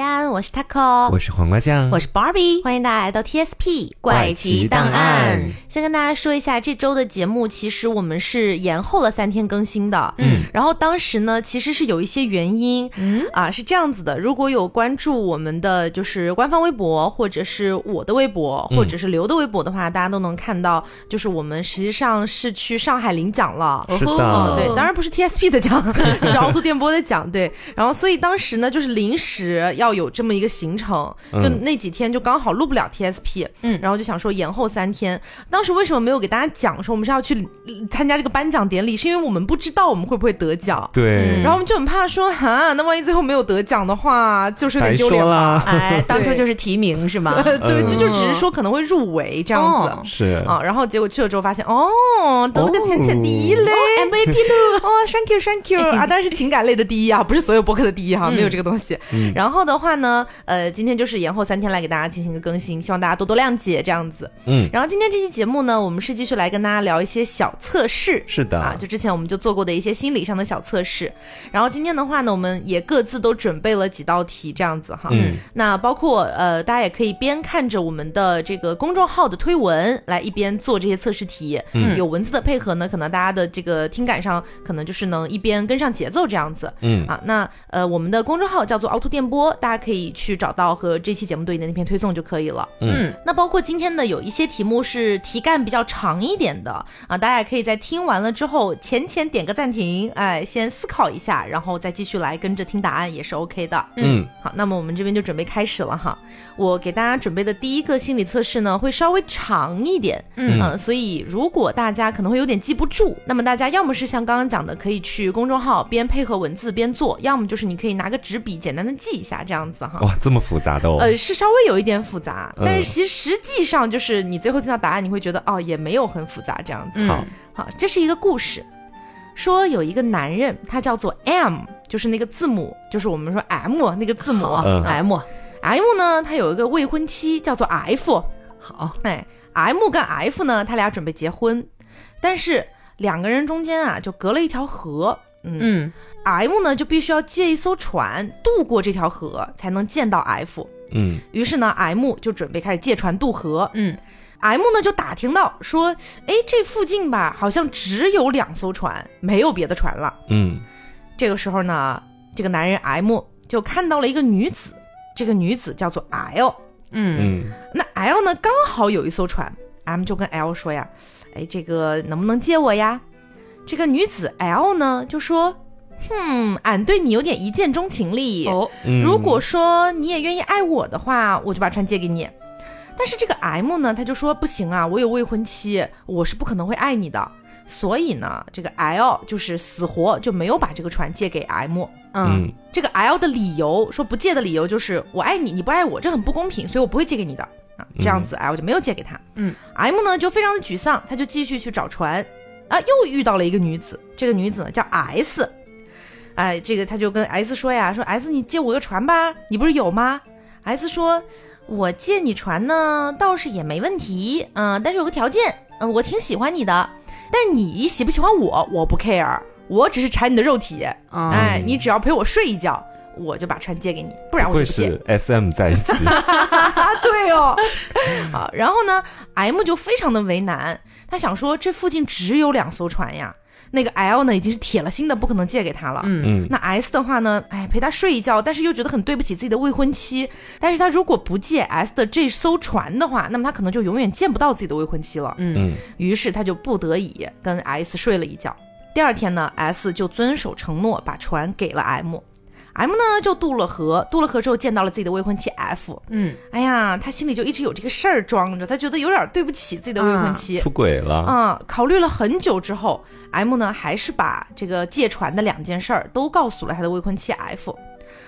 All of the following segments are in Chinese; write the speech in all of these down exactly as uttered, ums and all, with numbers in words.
安，我是 Taco， 我是黄瓜酱， 我是 Barbie， 欢迎大家来到 T S P 怪奇档案。先跟大家说一下，这周的节目其实我们是延后了三天更新的，嗯，然后当时呢其实是有一些原因，嗯啊是这样子的，如果有关注我们的就是官方微博，或者是我的微博，或者是刘的微博的话，嗯、大家都能看到，就是我们实际上是去上海领奖了， 是的， 哦、对，当然不是 T S P 的奖，是凹凸电波的奖，对，然后所以当时呢就是临时要有这么一个行程，就那几天就刚好录不了 T S P， 嗯，然后就想说延后三天。当时为什么没有给大家讲说我们是要去参加这个颁奖典礼，是因为我们不知道我们会不会得奖， 对， 然后我们就很怕说哈，那万一最后没有得奖的话，就是有点丢脸吧。 哎，当初就是提名是吗？ 对，就就只是说可能会入围这样子， 哦、 是啊，然後結果去了之後發現哦，得了個淺淺第一嘞、哦、，M V P 了，哦 ，thank you thank you 啊，當然是情感類的第一啊，不是所有播客的第一哈、啊，沒有這個東西。嗯、然後的話呢，呃，今天就是延後三天來給大家進行一個更新，希望大家多多諒解這樣子。嗯，然後今天這期節目呢，我們是繼續來跟大家聊一些小測試， 是的啊，就之前我們就做過的一些心理上的小測試。然後今天的話呢，我們也各自都準備了幾道題這樣子哈。嗯，那包括呃，大家也可以邊看着我們的這個公眾號的推文來一邊做這些測試題，嗯，有文字的配合呢，可能大家的這個聽感上可能就是能一邊跟上節奏這樣子，嗯啊，那呃我們的公眾號叫做凹凸電波，大家可以去找到和這期節目對應的那篇推送就可以了，嗯，那包括今天的有一些題目是題幹比較長一點的啊，大家也可以在聽完了之後淺淺點個暫停，哎，先思考一下，然後再繼續來跟着聽答案也是 OK 的，嗯，好，那麼我們這邊就準備開始了哈，我給大家準備的第一個心理測試呢會稍微長一點，嗯、呃，所以如果大家可能會有點記不住，那麼大家要麼是像剛剛講的可以去公眾號邊配合文字邊做，要麼就是你可以拿個紙筆簡單的記一下這樣子哈。 哇，這麼複雜的哦。呃， 是稍微有一點複雜，但是其實實際上就是你最後聽到答案你會覺得哦也沒有很複雜這樣子。嗯、好，好，這是一個故事，說有一個男人他叫做 M， 就是那個字母，就是我們說 M 那個字母、嗯、M M 呢他有一個未婚妻叫做 F， 好，哎M 跟 F 呢他倆準備結婚，但是兩個人中間啊就隔了一條河，嗯，嗯 M 呢就必須要借一艘船渡過這條河才能見到 F， 嗯，於是呢 M 就準備開始借船渡河，嗯 M 呢就打聽到說，哎，這附近吧好像只有兩艘船，沒有別的船了，嗯，這個時候呢這個男人 M 就看到了一個女子，這個女子叫做 L， 嗯，那 L 呢剛好有一艘船， M 就跟 L 說呀，哎，這個能不能借我呀？這個女子 L 呢就說，哼，俺對你有點一見鍾情力，哦，如果說你也願意愛我的話，我就把船借給你。但是這個 M 呢他就說不行啊，我有未婚妻，我是不可能會愛你的，所以呢這個 L 就是死活就沒有把這個船借給 M。 嗯，這個 L 的理由說不借的理由就是我愛你你不愛我，這很不公平，所以我不會借給你的啊，這樣子 L 就沒有借給他。嗯 M 呢就非常的沮喪，他就繼續去找船啊，又遇到了一個女子，這個女子呢叫 S， 哎，這個他就跟 S 說呀，說 S 你借我個船吧，你不是有嗎？ S 說我借你船呢倒是也沒問題，嗯，但是有個條件，嗯，我挺喜歡你的，但是你喜不喜歡我我不 care， 我只是饞你的肉體，嗯，哎，你只要陪我睡一覺我就把船借給你，不然我就不借。 會是 S M 在一起對哦好，然後呢 M 就非常的為難，他想說這附近只有兩艘船呀，那個 L 呢已經是鐵了心的不可能借給他了，嗯，那 S 的話呢，哎，陪他睡一覺，但是又覺得很對不起自己的未婚妻，但是他如果不借 S 的這艘船的話，那麼他可能就永遠見不到自己的未婚妻了，嗯，於是他就不得已跟 S 睡了一覺。第二天呢 S 就遵守承諾把船給了 M， M 呢就渡了河，渡了河之後見到了自己的未婚妻 F， 嗯，哎呀他心裡就一直有這個事兒裝着，他覺得有點對不起自己的未婚妻，啊， 出軌了， 嗯，考慮了很久之後 M 呢還是把這個借船的兩件事兒都告訴了他的未婚妻 F。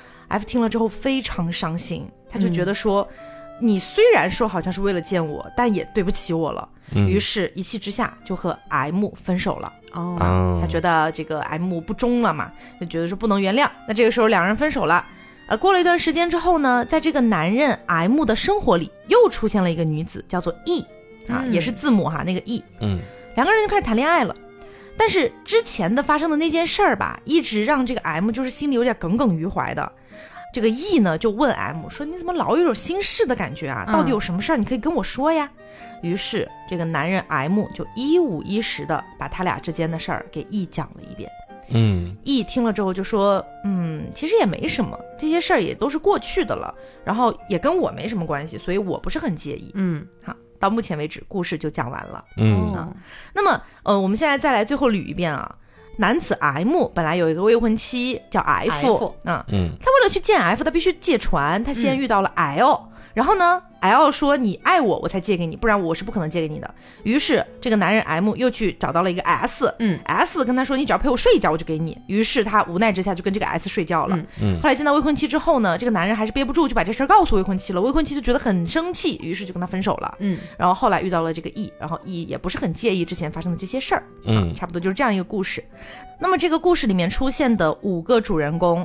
F 聽了之後非常傷心，他就覺得說，嗯，你雖然說好像是為了見我，但也對不起我了，嗯，於是一氣之下就和 M 分手了。哦，他覺得這個 M 不忠了嘛，就覺得說不能原諒，那這個時候兩人分手了。呃，過了一段時間之後呢，在這個男人 M 的生活裡又出現了一個女子，叫做 E，啊，嗯，也是字母哈，那個 E，嗯，兩個人就開始談戀愛了。但是之前的發生的那件事兒吧，一直讓這個 M 就是心裡有點耿耿於懷的。 这个 E 呢就问 M 说，你怎么老有种心事的感觉啊，到底有什么事儿你可以跟我说呀、嗯、于是这个男人 M 就一五一十的把他俩之间的事儿给 E 讲了一遍。 嗯 E 听了之后就说，嗯，其实也没什么，这些事儿也都是过去的了，然后也跟我没什么关系，所以我不是很介意。 嗯， 好，到目前为止故事就讲完了。 嗯、 啊，那么呃我们现在再来最后捋一遍啊。男子 M 本来有一个未婚妻叫 F, F 啊，嗯，他为了去见 F 他必须借船，他先遇到了 L、嗯、然后呢 L 说你爱我我才借给你，不然我是不可能借给你的。于是这个男人 M 又去找到了一个 S， 嗯 S 跟他说你只要陪我睡一觉我就给你，于是他无奈之下就跟这个 S 睡觉了。嗯，后来见到未婚妻之后呢，这个男人还是憋不住就把这事告诉未婚妻了，未婚妻就觉得很生气，于是就跟他分手了。嗯，然后后来遇到了这个 E， 然后 E 也不是很介意之前发生的这些事儿。嗯，差不多就是这样一个故事。那么这个故事里面出现的五个主人公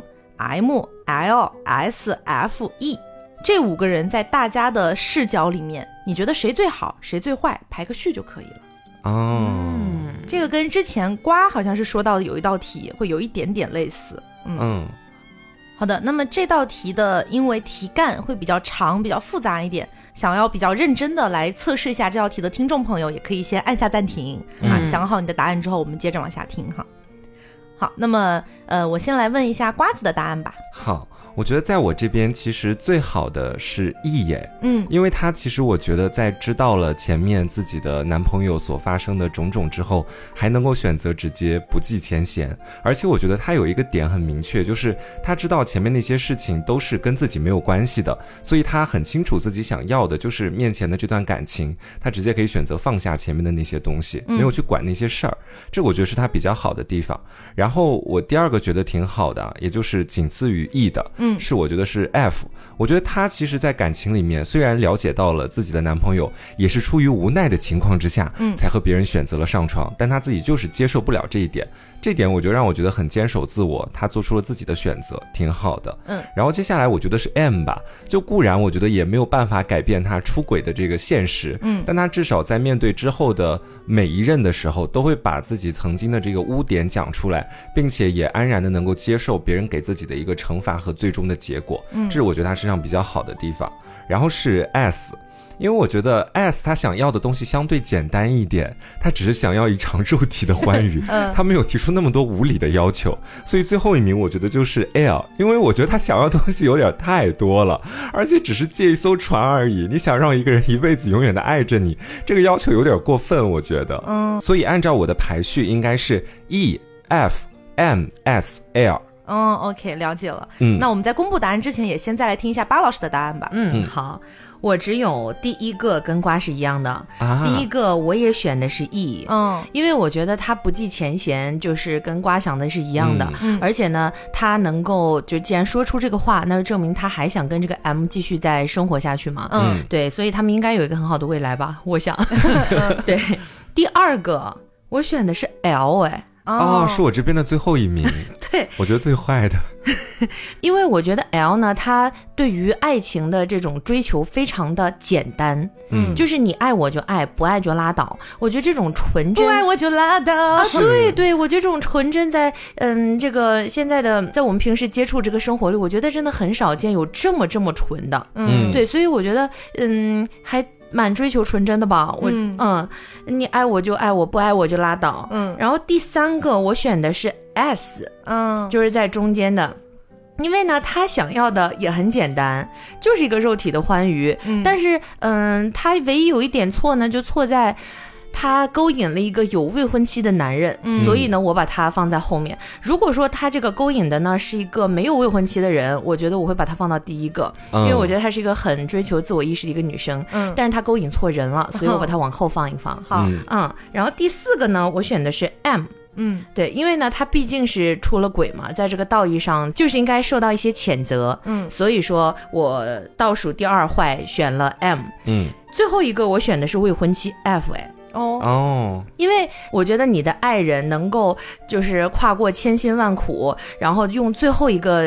M L S F E 这五个人在大家的视角里面，你觉得谁最好谁最坏，排个序就可以了。 哦、 嗯，这个跟之前瓜好像是说到的有一道题会有一点点类似。 嗯, 嗯好的，那么这道题的因为题干会比较长比较复杂一点，想要比较认真的来测试一下这道题的听众朋友也可以先按下暂停、嗯、啊，想好你的答案之后我们接着往下听哈。好，那么呃，我先来问一下瓜子的答案吧。 好，我觉得在我这边其实最好的是 E 耶， 嗯， 因为他其实我觉得在知道了前面自己的男朋友所发生的种种之后，还能够选择直接不计前嫌，而且我觉得他有一个点很明确，就是他知道前面那些事情都是跟自己没有关系的，所以他很清楚自己想要的就是面前的这段感情，他直接可以选择放下前面的那些东西，没有去管那些事儿、嗯、这我觉得是他比较好的地方。然后我第二个觉得挺好的，也就是仅次于 E 的，嗯，是我觉得是 F。 我觉得她其实在感情里面虽然了解到了自己的男朋友也是出于无奈的情况之下、嗯、才和别人选择了上床，但她自己就是接受不了这一点，这点我觉得让我觉得很坚守自我，她做出了自己的选择，挺好的。嗯，然后接下来我觉得是 M 吧，就固然我觉得也没有办法改变她出轨的这个现实，嗯，但她至少在面对之后的每一任的时候都会把自己曾经的这个污点讲出来，并且也安然的能够接受别人给自己的一个惩罚和最终的结果，嗯，这是我觉得他身上比较好的地方。然后是 S， 因为我觉得 S 他想要的东西相对简单一点，他只是想要一场肉体的欢愉、嗯、他没有提出那么多无理的要求，所以最后一名我觉得就是 L， 因为我觉得他想要的东西有点太多了，而且只是借一艘船而已，你想让一个人一辈子永远的爱着你，这个要求有点过分我觉得。嗯，所以按照我的排序应该是 E F M S L。 嗯 OK 了解了。嗯，那我们在公布答案之前也先再来听一下巴老师的答案吧。 嗯，好，我只有第一个跟瓜是一样的、啊、第一个我也选的是 E， 嗯，因为我觉得他不计前嫌，就是跟瓜想的是一样的、嗯、而且呢他能够就既然说出这个话，那就证明他还想跟这个 M 继续再生活下去嘛。嗯，对，所以他们应该有一个很好的未来吧我想对，第二个我选的是 L。 哎哦，是我这边的最后一名对， 我觉得最坏的因为我觉得 L 呢他对于爱情的这种追求非常的简单，嗯，就是你爱我就爱，不爱就拉倒。我觉得这种纯真， 不爱我就拉倒啊，对对，我觉得这种纯真在嗯这个现在的在我们平时接触这个生活里，我觉得真的很少见有这么这么纯的。嗯，对，所以我觉得嗯还蛮追求纯真的吧。我 嗯, 嗯你爱我就爱我，不爱我就拉倒。嗯，然后第三个我选的是 S， 嗯，就是在中间的。因为呢他想要的也很简单，就是一个肉体的欢愉、嗯、但是嗯他唯一有一点错呢，就错在他勾引了一个有未婚妻的男人、嗯、所以呢我把他放在后面。如果说他这个勾引的呢是一个没有未婚妻的人，我觉得我会把他放到第一个、嗯、因为我觉得她是一个很追求自我意识的一个女生、嗯、但是她勾引错人了，所以我把她往后放一放。好、嗯，嗯，然后第四个呢我选的是 M。嗯，对，因为呢他毕竟是出了轨嘛，在这个道义上就是应该受到一些谴责，嗯，所以说我倒数第二坏选了 M。 嗯，最后一个我选的是未婚妻 F。 哎哦哦，因为我觉得你的爱人能够就是跨过千辛万苦，然后用最后一个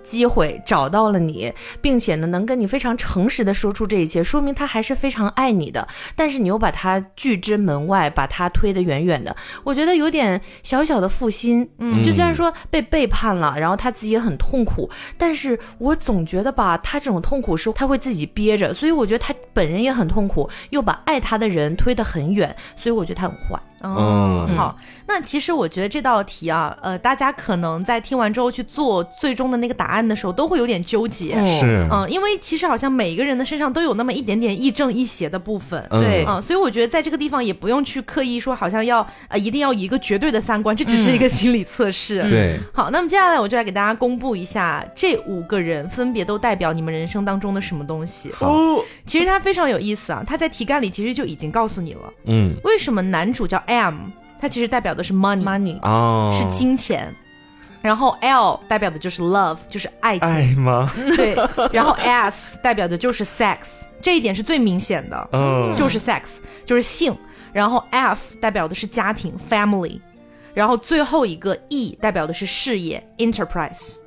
机会找到了你，并且呢能跟你非常诚实的说出这一切，说明他还是非常爱你的，但是你又把他拒之门外，把他推得远远的，我觉得有点小小的负心。嗯，就虽然说被背叛了，然后他自己也很痛苦，但是我总觉得吧，他这种痛苦是他会自己憋着，所以我觉得他本人也很痛苦，又把爱他的人推得很远，所以我觉得他很坏。 哦、嗯，好，那其实我觉得这道题啊，呃，大家可能在听完之后去做最终的那个答案的时候，都会有点纠结， 是， 嗯，因为其实好像每一个人的身上都有那么一点点亦正亦邪的部分， 嗯、 对，啊、嗯，所以我觉得在这个地方也不用去刻意说好像要呃一定要以一个绝对的三观，这只是一个心理测试， 嗯、对。 好，那么接下来我就来给大家公布一下这五个人分别都代表你们人生当中的什么东西。 好， 其实它非常有意思啊，它在题干里其实就已经告诉你了， 嗯， 为什么男主叫 M。它其实代表的是 money， money 哦， 是金钱，然后 L 代表的就是 love， 就是爱情， 爱吗？ 对，然后 S 代表的就是 sex， 这一点是最明显的， 嗯， 就是 sex， 就是性，然后 F 代表的是家庭 family， 然后最后一个 E 代表的是事业 enterprise。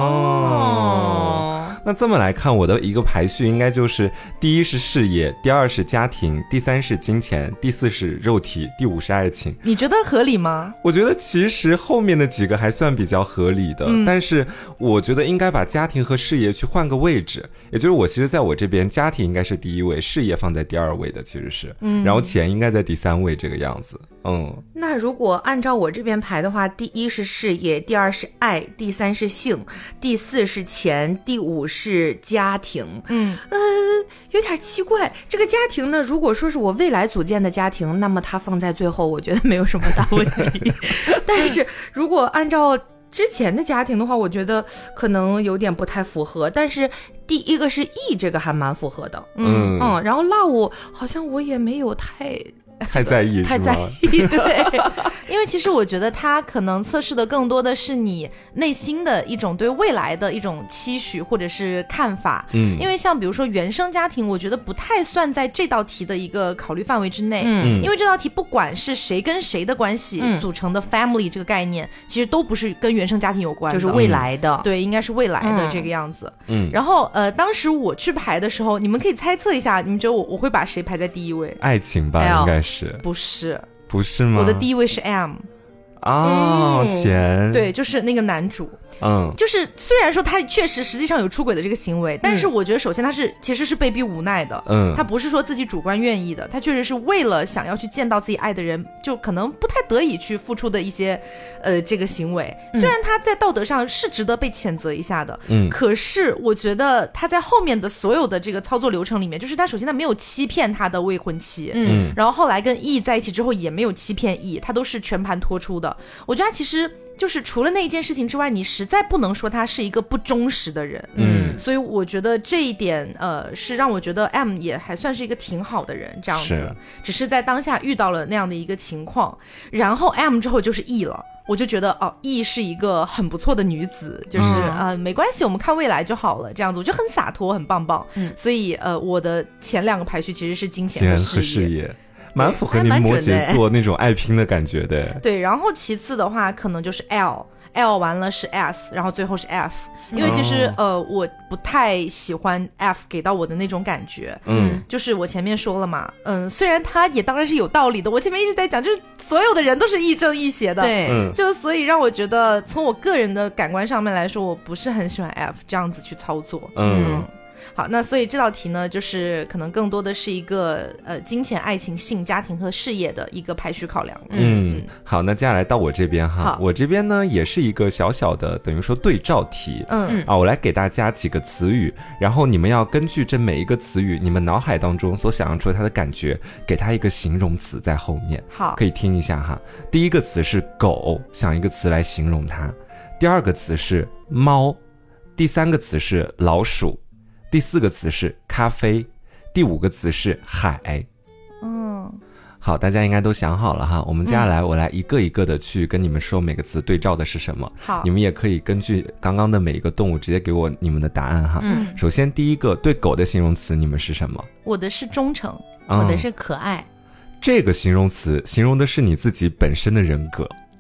哦，那这么来看，我的一个排序应该就是第一是事业，第二是家庭，第三是金钱，第四是肉体，第五是爱情。 你觉得合理吗？ 我觉得其实后面的几个还算比较合理的，嗯、但是我觉得应该把家庭和事业去换个位置，也就是我其实在我这边家庭应该是第一位，事业放在第二位的其实是，嗯，然后钱应该在第三位这个样子。嗯， 那如果按照我这边排的话，第一是事业，第二是爱，第三是性，第四是钱，第五是家庭。 嗯， 呃，有点奇怪。这个家庭呢，如果说是我未来组建的家庭，那么它放在最后，我觉得没有什么大问题。但是如果按照之前的家庭的话，我觉得可能有点不太符合。但是第一个是 E， 这个还蛮符合的。嗯嗯，然后 love 好像我也没有太。 太在意， 太在意，对， 因为其实我觉得它可能测试的更多的是你内心的一种对未来的一种期许或者是看法。嗯，因为像比如说原生家庭，我觉得不太算在这道题的一个考虑范围之内。嗯，因为这道题不管是谁跟谁的关系组成的 family 这个概念，其实都不是跟原生家庭有关的， 就是未来的， 嗯、对，应该是未来的这个样子。嗯，然后呃，当时我去排的时候，你们可以猜测一下，你们觉得我我会把谁排在第一位？ 爱情吧，应该是。 不是不是吗？ 我的第一位是 M。 哦，钱、 嗯、对，就是那个男主， 嗯， 就是虽然说他确实实际上有出轨的这个行为，但是我觉得首先他是其实是被逼无奈的，嗯，他不是说自己主观愿意的，他确实是为了想要去见到自己爱的人，就可能不太得已去付出的一些呃这个行为，虽然他在道德上是值得被谴责一下的，嗯，可是我觉得他在后面的所有的这个操作流程里面，就是他首先他没有欺骗他的未婚妻，嗯，然后后来跟 E 在一起之后也没有欺骗 E， 他都是全盘托出的。我觉得他其实就是除了那一件事情之外，你实在不能说他是一个不忠实的人，嗯，所以我觉得这一点呃是让我觉得 M 也还算是一个挺好的人，这样子，是只是在当下遇到了那样的一个情况，然后 M 之后就是 E 了。我就觉得哦 ，E 是一个很不错的女子，就是啊、嗯呃，没关系，我们看未来就好了，这样子，我就很洒脱，很棒棒。嗯，所以呃，我的前两个排序其实是金钱和事业。 蛮符合你摩羯座那种爱拼的感觉的。 对，然后其次的话可能就是 L L 完了是 S， 然后最后是 F， 因为其实、哦、呃我不太喜欢 F 给到我的那种感觉，嗯，就是我前面说了嘛，嗯，虽然他也当然是有道理的，我前面一直在讲，就是所有的人都是亦正亦邪的， 对， 嗯、就所以让我觉得从我个人的感官上面来说，我不是很喜欢 F 这样子去操作，嗯。嗯好，那所以这道题呢，就是可能更多的是一个呃金钱、爱情、性、家庭和事业的一个排序考量。 嗯，好，那接下来到我这边哈，我这边呢也是一个小小的等于说对照题。嗯啊，我来给大家几个词语，然后你们要根据这每一个词语，你们脑海当中所想象出来它的感觉，给它一个形容词在后面。 好， 可以听一下哈。第一个词是狗，想一个词来形容它。第二个词是猫，第三个词是老鼠。第四个词是咖啡，第五个词是海。嗯，好，大家应该都想好了哈。我们接下来我来一个一个的去跟你们说每个词对照的是什么。 好， 你们也可以根据刚刚的每一个动物直接给我你们的答案哈。嗯，首先第一个对狗的形容词你们是什么？ 我的是忠诚， 嗯、我的是可爱。 这个形容词形容的是你自己本身的人格。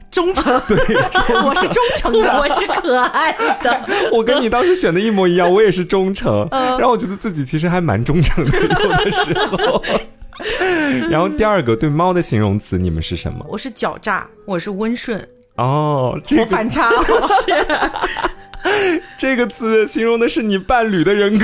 忠诚， 对， 我是忠诚的， 我是可爱的。 我跟你当时选的一模一样，我也是忠诚，呃、然后我觉得自己其实还蛮忠诚的，有的时候。然后第二个对猫的形容词，你们是什么？ 我是狡诈， 我是温顺。 哦，这个、 我反差， 是这个词形容的是你伴侣的人格。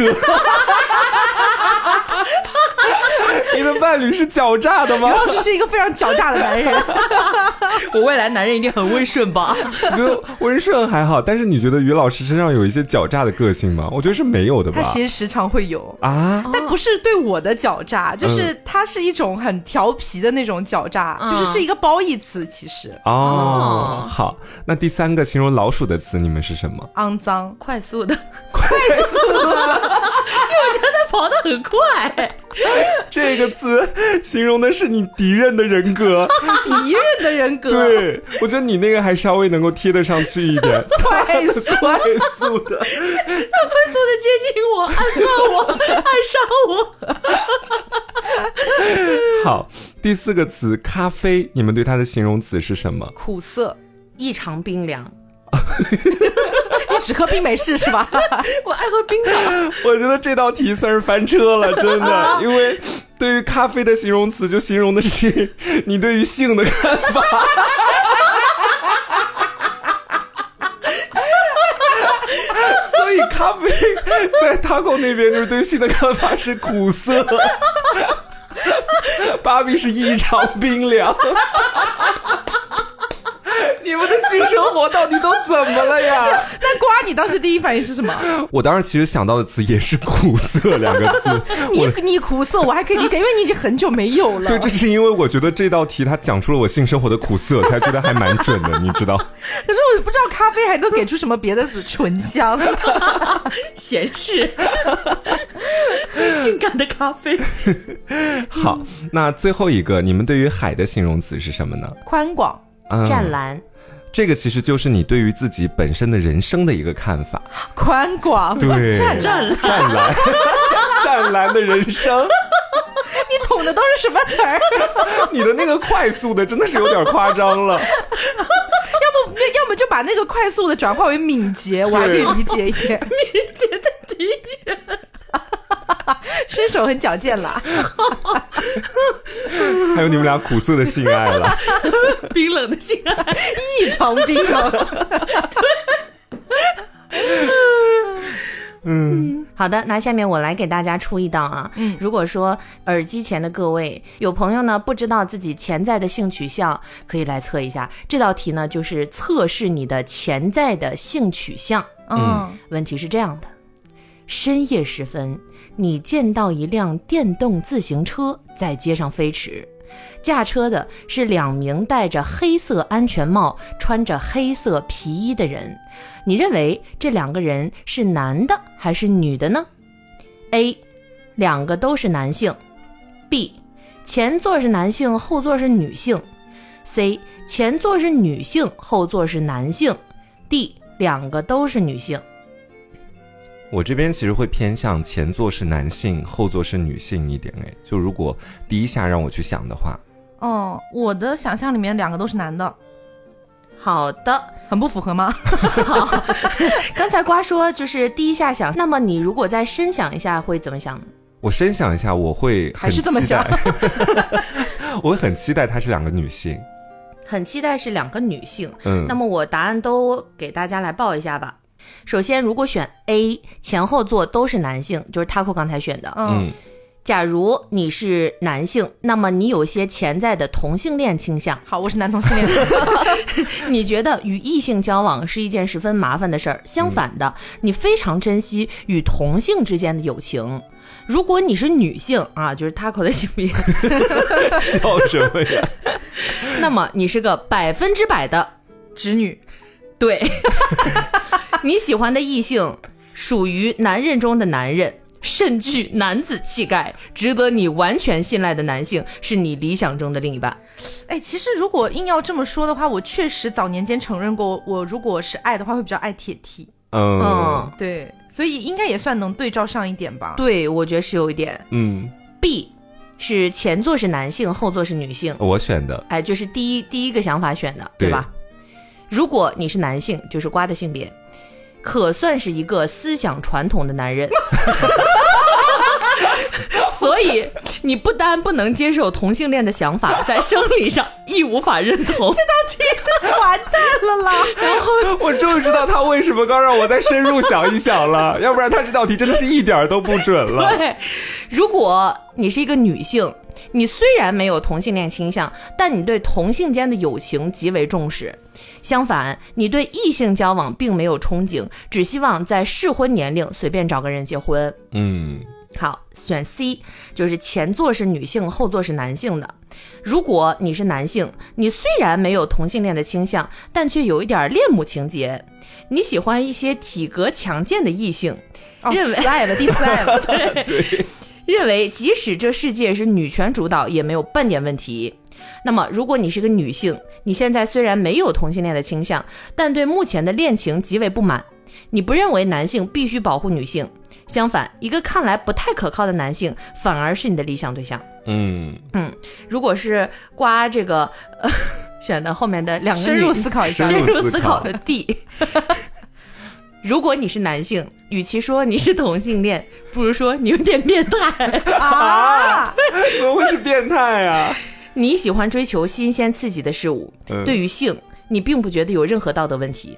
你的伴侣是狡诈的吗？ 刘老师是一个非常狡诈的男人。 我未来男人一定很温顺吧？ 我觉得温顺还好，但是你觉得于老师身上有一些狡诈的个性吗？我觉得是没有的吧。 他其实时常会有啊， 但不是对我的狡诈，就是他是一种很调皮的那种狡诈，嗯、就是是一个褒义词。其实哦，哦好，那第三个形容老鼠的词，你们是什么？ 肮脏， 快速的， 快速的，因为我觉得他跑得很快。 这个词形容的是你敌人的人格， 敌人的人格。 对，我觉得你那个还稍微能够贴得上去一点。 快速快速的， 他快速的接近我，暗算我，暗杀我。好，第四个词咖啡，你们对它的形容词是什么？ 苦涩， 异常冰凉。 你只喝冰美式是吧？ 我爱喝冰的。 我觉得这道题算是翻车了，真的，因为对于咖啡的形容词就形容的是你对于性的看法。所以咖啡在 Taco 那边就是对于性的看法是苦涩，芭比是异常冰凉。你们的性生活到底都怎么了呀？ 那瓜，你当时第一反应是什么？ 我当时其实想到的词也是苦涩两个字。 你你苦涩我还可以理解，因为你已经很久没有了。 对，这是因为我觉得这道题它讲出了我性生活的苦涩，才觉得还蛮准的，你知道。 可是我不知道咖啡还能给出什么别的词，醇香、 闲适、性感的咖啡。 好，那最后一个，你们对于海的形容词是什么呢？ 宽广、 嗯、 湛蓝。 这个其实就是你对于自己本身的人生的一个看法。 宽广， 对， 湛蓝， 湛蓝，湛蓝的人生。 你懂的都是什么词儿？ 你的那个快速的真的是有点夸张了。 要不要么就把那个快速的转化为敏捷，我还可以理解一点。 敏捷的敌人。 身手很矫健啦。 还有你们俩苦涩的性爱了。 冰冷的性爱， 异常冰冷。 嗯， 好的，那下面我来给大家出一道啊。嗯，如果说耳机前的各位有朋友呢不知道自己潜在的性取向，可以来测一下。这道题呢就是测试你的潜在的性取向。 嗯， 问题是这样的：深夜时分，你见到一辆电动自行车在街上飞驰，驾车的是两名戴着黑色安全帽、穿着黑色皮衣的人。你认为这两个人是男的还是女的呢？ A. 两个都是男性。 B. 前座是男性，后座是女性。 C. 前座是女性，后座是男性。 D. 两个都是女性。 我这边其实会偏向前座是男性，后座是女性一点。哎，就如果第一下让我去想的话， 哦，我的想象里面两个都是男的。 好的， 很不符合吗？ 好，刚才瓜说就是第一下想，那么你如果再深想一下会怎么想呢？ 我深想一下，我会很还是这么想。 我会很期待她是两个女性， 很期待是两个女性。 嗯， 那么我答案都给大家来报一下吧。首先，如果选 A， 前后座都是男性，就是 Taco 刚才选的。 嗯， 假如你是男性，那么你有些潜在的同性恋倾向。 好，我是男同性恋。 你觉得与异性交往是一件十分麻烦的事儿，相反的、嗯、你非常珍惜与同性之间的友情。如果你是女性啊，就是 Taco 的性别。 笑什么呀？ 那么你是个百分之百的直女。 对。你喜欢的异性属于男人中的男人，甚具男子气概，值得你完全信赖的男性，是你理想中的另一半。 哎，其实如果硬要这么说的话，我确实早年间承认过，我如果是爱的话会比较爱铁 T。 嗯, 嗯对，所以应该也算能对照上一点吧。 对，我觉得是有一点。 嗯 B 是前座是男性，后座是女性。 我选的。 哎，就是第一第一个想法选的， 对, 对吧？ 如果你是男性，就是瓜的性别，可算是一个思想传统的男人。所以你不单不能接受同性恋的想法，在生理上亦无法认同。这道题完蛋了啦！ 然后我终于知道他为什么刚让我再深入想一想了，要不然他这道题真的是一点都不准了。 对，如果你是一个女性，你虽然没有同性恋倾向，但你对同性间的友情极为重视。相反，你对异性交往并没有憧憬，只希望在适婚年龄随便找个人结婚。 嗯。 好，选 C， 就是前座是女性，后座是男性的。如果你是男性，你虽然没有同性恋的倾向，但却有一点恋母情节。你喜欢一些体格强健的异性， 哦、 认为死爱了，第四爱了。 对，对，认为即使这世界是女权主导，也没有半点问题。那么，如果你是个女性，你现在虽然没有同性恋的倾向，但对目前的恋情极为不满。你不认为男性必须保护女性，相反，一个看来不太可靠的男性反而是你的理想对象。 嗯嗯，如果是刮这个、呃、选的后面的两个深入思考一下， 深入思考的 D。如果你是男性，与其说你是同性恋，不如说你有点变态啊！怎么会是变态啊？ 你喜欢追求新鲜刺激的事物，嗯、对于性，你并不觉得有任何道德问题。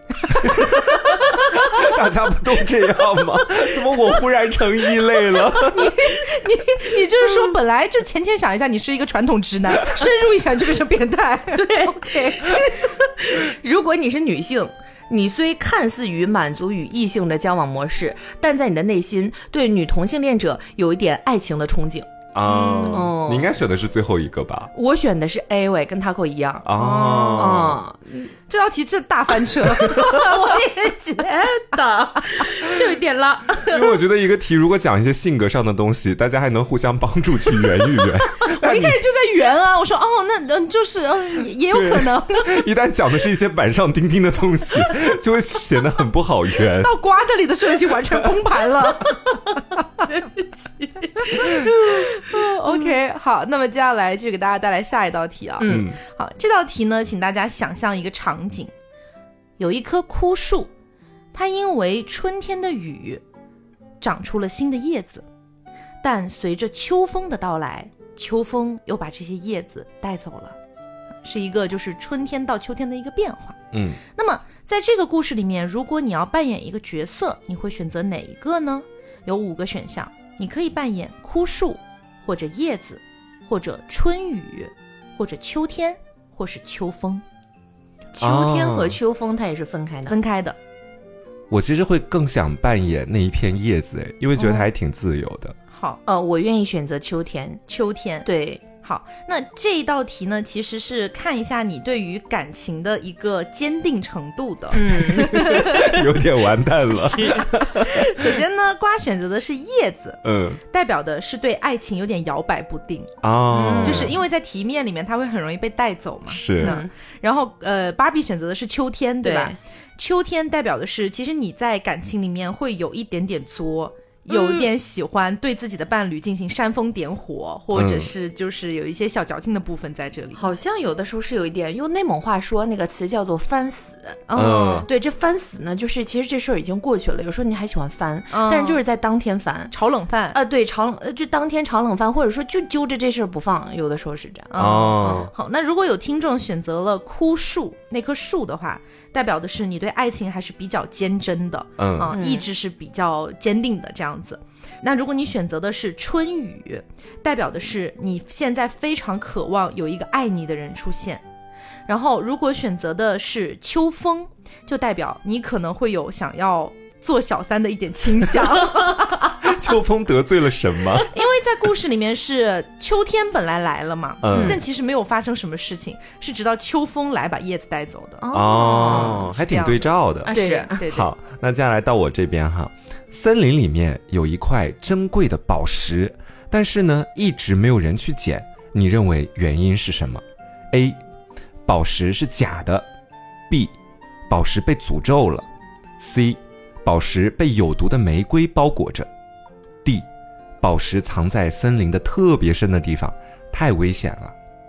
大家不都这样吗？怎么我忽然成一类了？ 你你你就是说，本来就浅浅想一下，你是一个传统直男，深入一想就变成变态。 对 ，OK。 如果你是女性，你虽看似于满足与异性的交往模式，但在你的内心对女同性恋者有一点爱情的憧憬。 啊、嗯哦，你应该选的是最后一个吧？ 我选的是 A 位，跟 Taco 一样。 哦，哦这道题真大翻车， 我也觉得是有一点了。 因为我觉得一个题如果讲一些性格上的东西，大家还能互相帮助去圆一圆。 我一开始就在圆啊，我说哦，那嗯就是嗯也有可能。 一旦讲的是一些板上钉钉的东西，就会显得很不好圆。 到瓜的里的时候已经完全崩盘了。对不起。OK， 好，那么接下来就给大家带来下一道题啊。 嗯， 好，这道题呢，请大家想象一个场景，有一棵枯树，它因为春天的雨长出了新的叶子，但随着秋风的到来，秋风又把这些叶子带走了，是一个就是春天到秋天的一个变化。 嗯， 那么在这个故事里面，如果你要扮演一个角色，你会选择哪一个呢？有五个选项，你可以扮演枯树，或者叶子，或者春雨，或者秋天，或是秋风。 秋天和秋风它也是分开的， 分开的。 我其实会更想扮演那一片叶子，因为觉得它还挺自由的。 哦、好， 呃，我愿意选择秋天。 秋天， 对。 好，那这一道题呢，其实是看一下你对于感情的一个坚定程度的。 嗯，有点完蛋了。 首先呢，瓜选择的是叶子， 嗯， 代表的是对爱情有点摇摆不定哦， 就是因为在题面里面它会很容易被带走嘛。 是。 嗯、然后呃，芭比选择的是秋天，对吧？对，秋天代表的是，其实你在感情里面会有一点点作。有一点喜欢对自己的伴侣进行煽风点火，或者是就是有一些小矫情的部分在这里。 好像有的时候是有一点，用内蒙话说那个词叫做翻死。 嗯， 对，这翻死呢，就是其实这事儿已经过去了，有时候你还喜欢翻，嗯、但是就是在当天翻， 炒冷饭。 啊、呃，对，炒冷就当天炒冷饭，或者说就揪着这事儿不放，有的时候是这样。 哦、 嗯，好，那如果有听众选择了枯树那棵树的话，代表的是你对爱情还是比较坚贞的， 嗯啊、意志是比较坚定的这样子。那如果你选择的是春雨，代表的是你现在非常渴望有一个爱你的人出现。然后如果选择的是秋风，就代表你可能会有想要做小三的一点倾向。 秋风得罪了什么？ 因为在故事里面是秋天本来来了嘛， 嗯， 但其实没有发生什么事情，是直到秋风来把叶子带走的。 哦，还挺对照的。 啊、对对对。 好，那接下来到我这边哈，森林里面有一块珍贵的宝石，但是呢，一直没有人去捡。你认为原因是什么 ？A. 宝石是假的 B. 宝石被诅咒了 C. 宝石被有毒的玫瑰包裹着 D. 宝石藏在森林的特别深的地方，太危险了。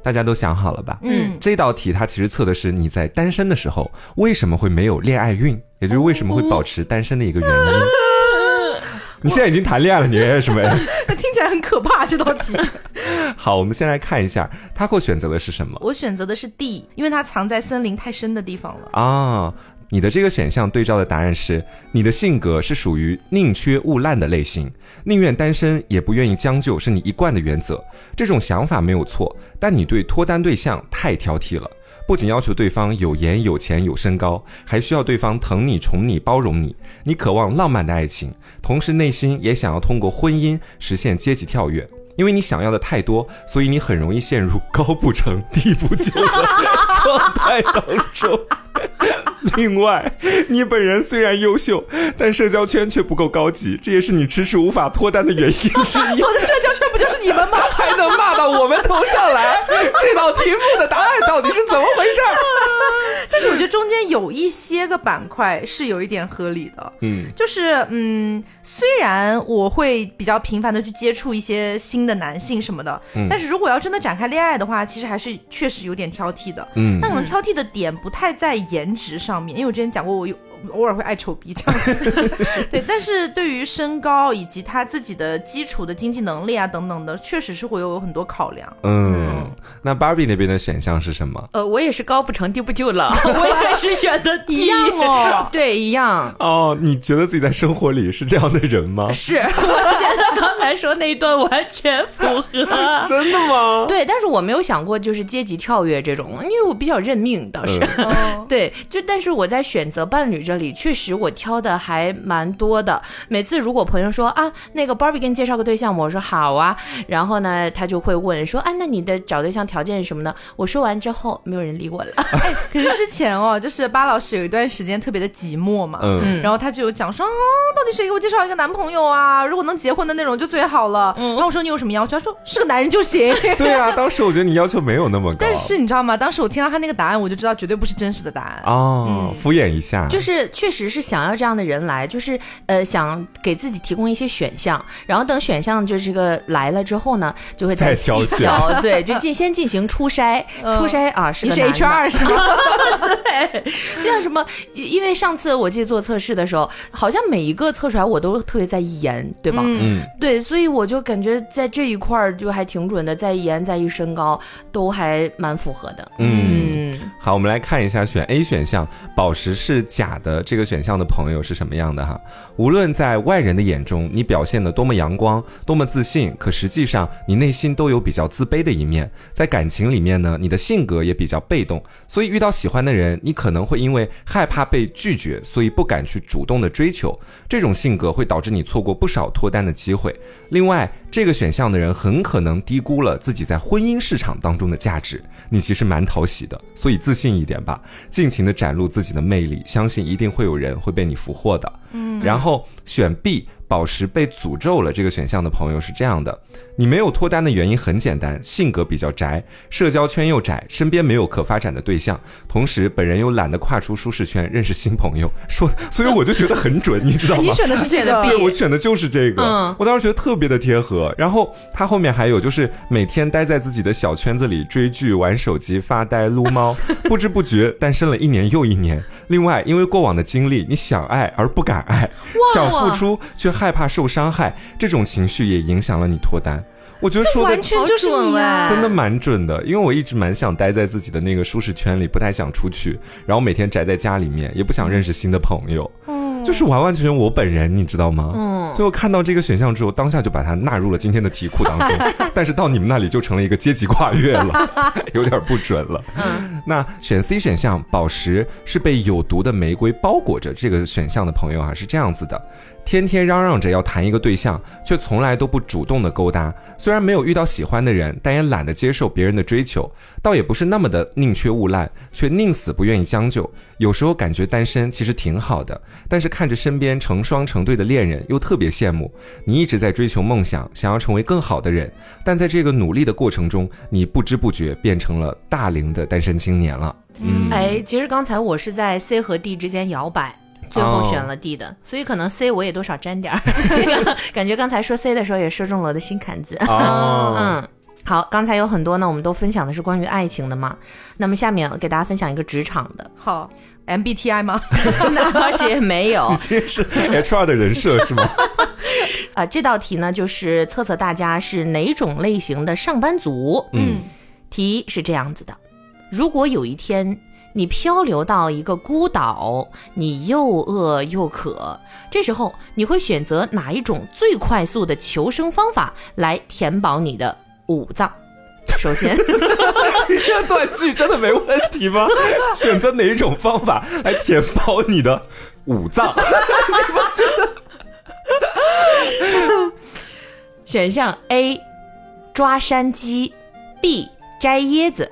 大家都想好了吧？ 嗯， 这道题它其实测的是你在单身的时候为什么会没有恋爱运，也就是为什么会保持单身的一个原因。哦、你现在已经谈恋爱了，你什么？ 听起来很可怕这道题。 好，我们先来看一下 Taco 选择的是什么。 我选择的是 D， 因为它藏在森林太深的地方了啊。你的这个选项对照的答案是，你的性格是属于宁缺毋滥的类型，宁愿单身也不愿意将就是你一贯的原则。这种想法没有错，但你对脱单对象太挑剔了，不仅要求对方有颜有钱有身高，还需要对方疼你宠你包容你。你渴望浪漫的爱情，同时内心也想要通过婚姻实现阶级跳跃。因为你想要的太多，所以你很容易陷入高不成低不就的状态当中。另外，你本人虽然优秀，但社交圈却不够高级，这也是你迟迟无法脱单的原因之一。 我的社交圈不就是你们吗？ 还能骂到我们头上来？这道题目的答案到底是怎么回事？ 但是我觉得中间有一些个板块是有一点合理的，嗯，就是嗯，虽然我会比较频繁的去接触一些新的男性什么的，嗯，但是如果要真的展开恋爱的话，其实还是确实有点挑剔的，嗯，那可能挑剔的点不太在颜值上面，因为我之前讲过我有偶尔会爱丑逼这样子对，但是对于身高以及他自己的基础的经济能力啊等等的，确实是会有很多考量。 嗯，嗯那 Barbie 那边的选项是什么？ 呃，我也是高不成低不就了，我也是选的一样哦， 对，一样。 哦，你觉得自己在生活里是这样的人吗？ 是，我觉得刚才说那一段完全符合。 真的吗？ 对，但是我没有想过就是阶级跳跃这种，因为我比较认命倒是。嗯、对，就但是我在选择伴侣这里确实我挑的还蛮多的。每次如果朋友说啊，那个 Barbie 给你介绍个对象，我说好啊，然后呢他就会问说啊，那你的找对象条件是什么呢？我说完之后没有人理我了。 哎，可是之前哦，就是巴老师有一段时间特别的寂寞嘛，嗯，然后他就有讲说啊，到底谁给我介绍一个男朋友啊？如果能结婚的那种就最好了。嗯，然后我说你有什么要求？他说是个男人就行。 对啊，当时我觉得你要求没有那么高， 但是你知道吗？当时我听到他那个答案，我就知道绝对不是真实的答案哦，嗯、敷衍一下， 就是确实是想要这样的人来，就是呃想给自己提供一些选项，然后等选项就这个来了之后呢，就会再细挑，对，就进先进行初筛，嗯、初筛啊是个男的， 你是 H R 是吗？ 对，就像什么，因为上次我记得做测试的时候，好像每一个测出来我都特别在意颜，对吧？嗯，对，所以我就感觉在这一块就还挺准的，在意颜在意身高都还蛮符合的。 嗯，嗯好，我们来看一下选 A 选项宝石是假的这个选项的朋友是什么样的哈。无论在外人的眼中你表现得多么阳光多么自信，可实际上你内心都有比较自卑的一面。在感情里面呢，你的性格也比较被动，所以遇到喜欢的人你可能会因为害怕被拒绝，所以不敢去主动的追求，这种性格会导致你错过不少脱单的机会。另外这个选项的人很可能低估了自己在婚姻市场当中的价值，你其实蛮讨喜的，所以自信一点吧，尽情的展露自己的魅力，相信一定会有人会被你俘获的。嗯，然后选 B 宝石被诅咒了这个选项的朋友是这样的，你没有脱单的原因很简单，性格比较宅，社交圈又窄，身边没有可发展的对象，同时本人又懒得跨出舒适圈认识新朋友，说，所以我就觉得很准，你知道吗？ 你选的是这个， 对，我选的就是这个，嗯，我当时觉得特别的贴合。然后他后面还有就是每天待在自己的小圈子里追剧玩手机发呆撸猫，不知不觉单身了一年又一年。另外因为过往的经历，你想爱而不敢爱，想付出却害怕受伤害，这种情绪也影响了你脱单。我觉得说的完全就是你啊， 真的蛮准的。因为我一直蛮想待在自己的那个舒适圈里，不太想出去，然后每天宅在家里面，也不想认识新的朋友，嗯，就是完完全全我本人，你知道吗？嗯，所以我看到这个选项之后，当下就把它纳入了今天的题库当中但是到你们那里就成了一个阶级跨越了有点不准了。嗯，那选 C 选项宝石是被有毒的玫瑰包裹着这个选项的朋友啊，是这样子的，天天嚷嚷着要谈一个对象，却从来都不主动的勾搭，虽然没有遇到喜欢的人，但也懒得接受别人的追求，倒也不是那么的宁缺毋滥，却宁死不愿意将就。有时候感觉单身其实挺好的，但是看着身边成双成对的恋人又特别羡慕。你一直在追求梦想，想要成为更好的人，但在这个努力的过程中，你不知不觉变成了大龄的单身青年了。 嗯，哎，其实刚才我是在 C 和 D 之间摇摆，最后选了 D 的， oh. 所以可能 C 我也多少沾点儿感觉刚才说 C 的时候也说中了我的心坎子。 哦，嗯， 好，刚才有很多呢，我们都分享的是关于爱情的嘛。那么下面给大家分享一个职场的。 好 ，M B T I 吗？ 那倒是也没有。 你今天是 H R 的人设是吗？ 啊、呃，这道题呢，就是测测大家是哪种类型的上班族。 嗯， 题是这样子的：如果有一天你漂流到一个孤岛，你又饿又渴，这时候你会选择哪一种最快速的求生方法来填饱你的五脏？首先这段句真的没问题吗？选择哪一种方法来填饱你的五脏？ 选项 A 抓山鸡， B 摘椰子，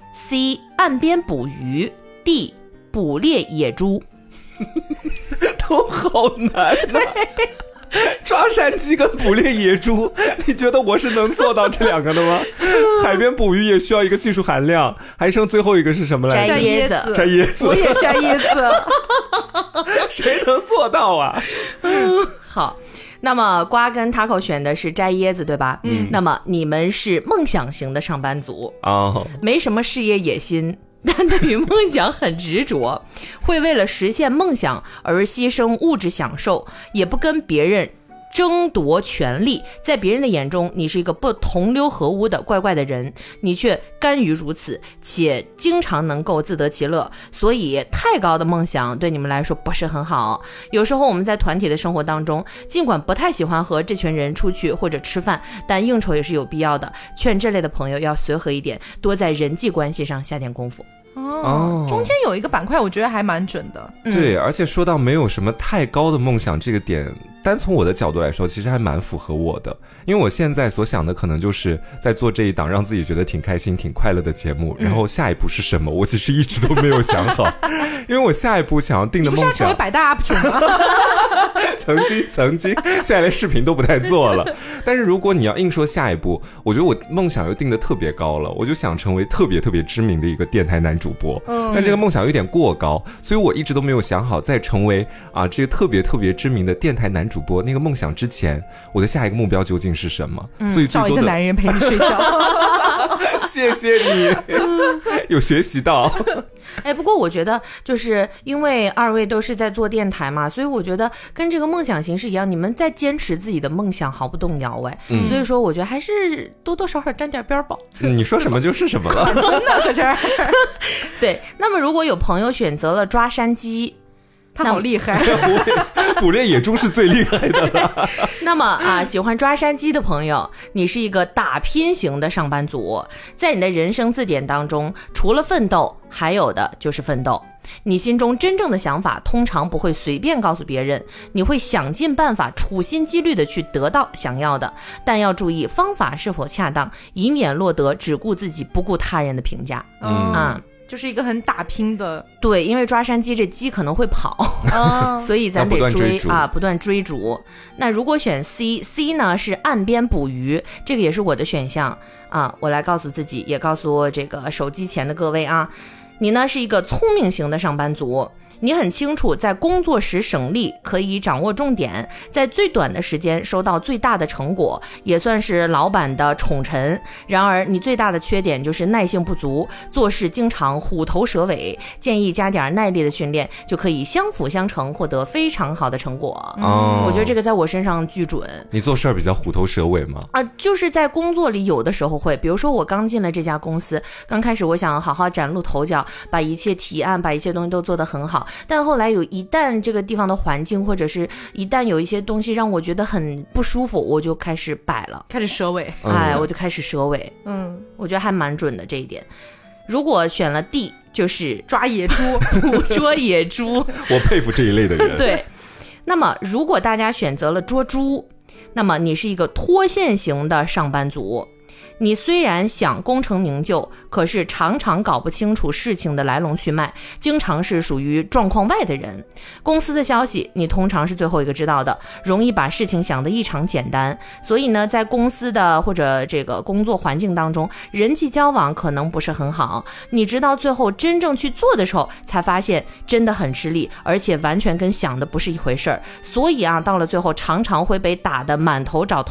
C 岸边捕鱼， D 捕猎野猪。 都好难啊。抓山鸡跟捕猎野猪，你觉得我是能做到这两个的吗？海边捕鱼也需要一个技术含量，还剩最后一个是什么来着？ 摘椰子。 摘椰子， 我也摘椰子。 谁能做到啊？ 好，那么瓜跟 Taco 选的是摘椰子，对吧？嗯。那么你们是梦想型的上班族哦， 没什么事业野心，但对于梦想很执着，会为了实现梦想而牺牲物质享受，也不跟别人争夺权利。在别人的眼中，你是一个不同流合污的怪怪的人，你却甘于如此，且经常能够自得其乐。所以太高的梦想对你们来说不是很好。有时候我们在团体的生活当中，尽管不太喜欢和这群人出去或者吃饭，但应酬也是有必要的。劝这类的朋友要随和一点，多在人际关系上下点功夫。 哦，中间有一个板块我觉得还蛮准的。 对，而且说到没有什么太高的梦想这个点，单从我的角度来说其实还蛮符合我的。因为我现在所想的可能就是在做这一档让自己觉得挺开心挺快乐的节目，然后下一步是什么我其实一直都没有想好。因为我下一步想要定的梦想， 你不是要成为百大 U P 主吗？ 曾经曾经现在连视频都不太做了。但是如果你要硬说下一步，我觉得我梦想又定得特别高了，我就想成为特别特别知名的一个电台男主播。嗯，但这个梦想有点过高，所以我一直都没有想好在成为啊这个特别特别知名的电台男主播那个梦想之前，我的下一个目标究竟是什么？嗯，所以最多的找一个男人陪你睡觉。 谢谢你，有学习到。 哎，不过我觉得就是因为二位都是在做电台嘛，所以我觉得跟这个梦想型是一样，你们在坚持自己的梦想毫不动摇。哎、嗯，所以说我觉得还是多多少少沾点边吧。 嗯，你说什么就是什么了。 真的搁这儿。 对，那么如果有朋友选择了抓山鸡， 他好厉害。 捕猎野猪是最厉害的了。 那么啊，喜欢抓山鸡的朋友，你是一个打拼型的上班族，在你的人生字典当中，除了奋斗，还有的就是奋斗。你心中真正的想法通常不会随便告诉别人，你会想尽办法处心积虑的去得到想要的，但要注意方法是否恰当，以免落得只顾自己不顾他人的评价。 嗯啊，就是一个很打拼的。 对，因为抓山鸡这鸡可能会跑、哦、所以咱得追啊，不断追逐。那如果选 C C 呢，是岸边捕鱼，这个也是我的选项啊。我来告诉自己，也告诉这个手机前的各位啊，你呢是一个聪明型的上班族，你很清楚在工作时省力，可以掌握重点，在最短的时间收到最大的成果，也算是老板的宠臣。然而你最大的缺点就是耐性不足，做事经常虎头蛇尾，建议加点耐力的训练，就可以相辅相成，获得非常好的成果。哦，我觉得这个在我身上巨准。 你做事儿比较虎头蛇尾吗？ 啊，就是在工作里有的时候会，比如说我刚进了这家公司，刚开始我想好好崭露头角，把一切提案把一切东西都做得很好，但后来有一旦这个地方的环境，或者是一旦有一些东西让我觉得很不舒服，我就开始摆了， 开始蛇尾。 哎，我就开始蛇尾。嗯，我觉得还蛮准的这一点。如果选了 D， 就是抓野猪， 捕捉野猪。 我佩服这一类的人。 对。那么如果大家选择了捉猪，那么你是一个脱线型的上班族。你虽然想功成名就，可是常常搞不清楚事情的来龙去脉，经常是属于状况外的人。公司的消息你通常是最后一个知道的，容易把事情想得异常简单。所以呢，在公司的或者这个工作环境当中，人际交往可能不是很好。你直到最后真正去做的时候，才发现真的很吃力，而且完全跟想的不是一回事儿。所以啊，到了最后常常会被打得满头找头。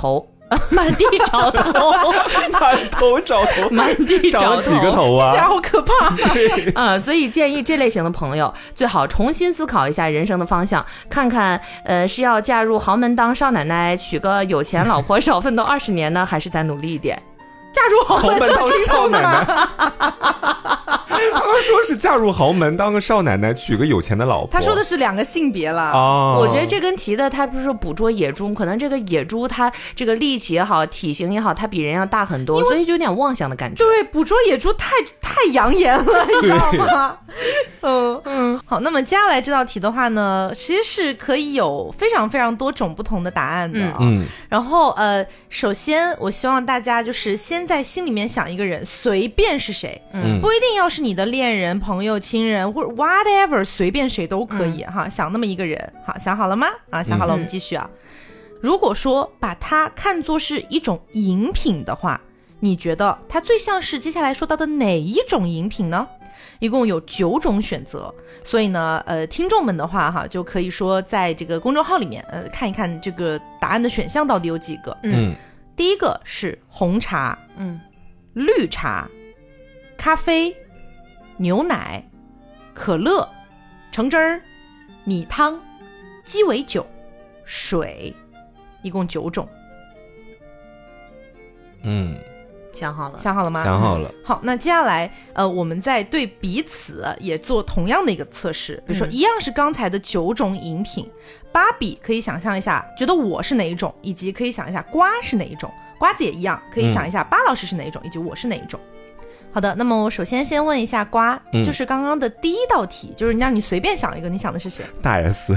满地找头， 满头找头， 满地找头， 长了几个头啊？ 这好可怕。 对， 啊，所以建议这类型的朋友最好重新思考一下人生的方向，看看呃是要嫁入豪门当少奶奶，娶个有钱老婆少奋斗二十年呢，还是再努力一点？ 嫁入豪门当少奶奶，他说是嫁入豪门当个少奶奶，娶个有钱的老婆。 他说的是两个性别了。 哦， 我觉得这跟提的他不是说捕捉野猪，可能这个野猪它这个力气也好，体型也好，它比人要大很多，所以就有点妄想的感觉。 对，捕捉野猪太太养眼了，你知道吗？嗯嗯。好，那么接下来这道题的话呢，其实是可以有非常非常多种不同的答案的、哦、 嗯。 然后呃，首先我希望大家就是先在心里面想一个人，随便是谁，嗯，不一定要是你的恋人、朋友、亲人或者 whatever， 随便谁都可以、嗯、哈。想那么一个人，好，想好了吗？啊，想好了，我们继续啊。嗯、如果说把它看作是一种饮品的话，你觉得它最像是接下来说到的哪一种饮品呢？一共有九种选择，所以呢，呃，听众们的话哈，就可以说在这个公众号里面，呃，看一看这个答案的选项到底有几个。 嗯， 第一个是红茶， 嗯， 绿茶、咖啡、牛奶、可乐、橙汁儿、米汤、鸡尾酒、水，一共九种。 嗯。 想好了， 想好了吗？ 想好了。 好，那接下来，呃，我们再对彼此也做同样的一个测试，比如说一样是刚才的九种饮品，嗯、芭比可以想象一下，觉得我是哪一种，以及可以想一下瓜是哪一种，瓜子也一样，可以想一下巴老师是哪一种，嗯、以及我是哪一种。好的，那么我首先先问一下瓜，嗯、就是刚刚的第一道题，就是让你随便想一个，你想的是谁？ 大 S。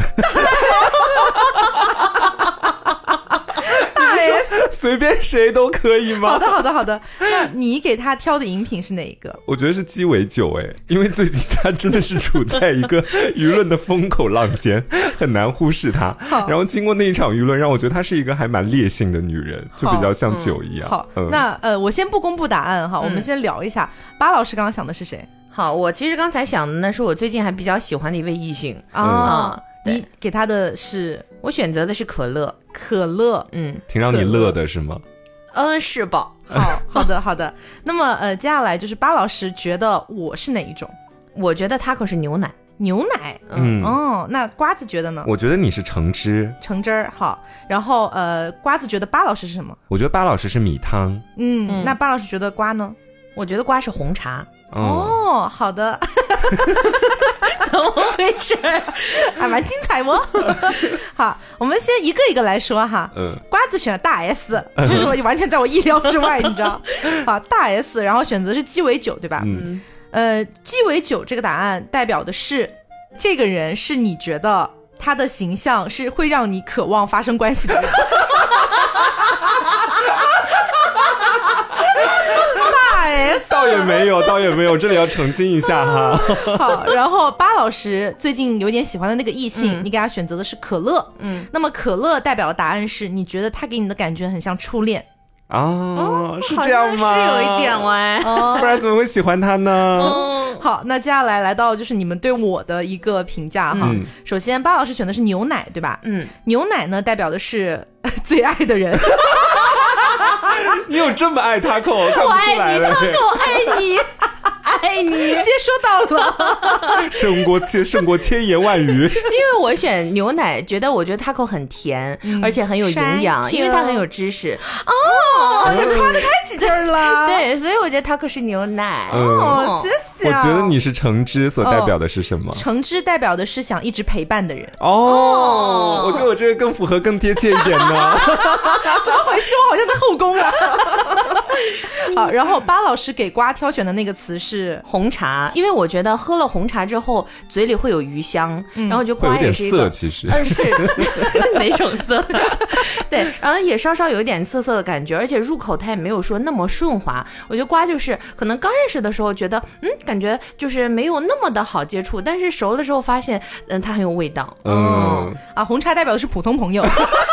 随便谁都可以吗？ 好的好的好的，那你给他挑的饮品是哪一个？ 我觉得是鸡尾酒哎，因为最近他真的是处在一个舆论的风口浪尖，很难忽视他。然后经过那一场舆论，让我觉得她是一个还蛮烈性的女人，就比较像酒一样。 好，嗯、好那呃，我先不公布答案哈，我们先聊一下。巴老师刚刚想的是谁？ 好，我其实刚才想的呢，是我最近还比较喜欢的一位异性啊。哦嗯、你给他的是？ 我选择的是可乐。 可乐， 嗯， 挺让你乐的是吗？ 嗯，是吧？ 好，好的，好的。那么，呃，接下来就是巴老师觉得我是哪一种？ 我觉得他可是牛奶， 牛奶。 嗯， 哦，那瓜子觉得呢？ 我觉得你是橙汁， 橙汁儿。好，然后呃，瓜子觉得巴老师是什么？ 我觉得巴老师是米汤。 嗯，嗯那巴老师觉得瓜呢？ 我觉得瓜是红茶。 哦，好的。 怎么回事？ 还蛮精彩哦。好，我们先一个一个来说哈。嗯，瓜子选了大 S， 就是我完全在我意料之外，你知道？好，大 S， 然后选择是鸡尾酒，对吧？ 嗯。 呃，鸡尾酒这个答案代表的是，这个人是你觉得他的形象是会让你渴望发生关系的人。 倒也没有，倒也没有，这里要澄清一下哈。 好，然后巴老师最近有点喜欢的那个异性，嗯、你给他选择的是可乐。 嗯， 那么可乐代表的答案是你觉得他给你的感觉很像初恋。 哦，是这样吗？ 是有一点哎、 哦，不然怎么会喜欢他呢？ 嗯，好，那接下来来到就是你们对我的一个评价哈。嗯、首先，巴老师选的是牛奶，对吧？ 嗯， 牛奶呢代表的是最爱的人。 你有这么爱他扣？ 我爱你，他扣，我爱你，爱你， 接收到了， 胜过千胜过千言万语。 因为我选牛奶，觉得我觉得他扣很甜，嗯、而且很有营养，因为他很有知识。 哦，你夸的太起劲了。 对，所以我觉得他扣是牛奶。 哦，谢谢。 我觉得你是橙汁，所代表的是什么？ 哦、橙汁代表的是想一直陪伴的人。 哦，我觉得我这个更符合、更贴切一点呢。 怎么回事？我好像在后宫啊。好，然后巴老师给瓜挑选的那个词是红茶，因为我觉得喝了红茶之后嘴里会有余香，嗯、然后就瓜也是一个， 会有点涩，其实， 嗯、呃、是哪种涩？对，然后也稍稍有一点涩涩的感觉，而且入口它也没有说那么顺滑。我觉得瓜就是可能刚认识的时候觉得，嗯，感觉就是没有那么的好接触，但是熟了之后发现，嗯，它很有味道。 嗯、哦、 啊，红茶代表的是普通朋友。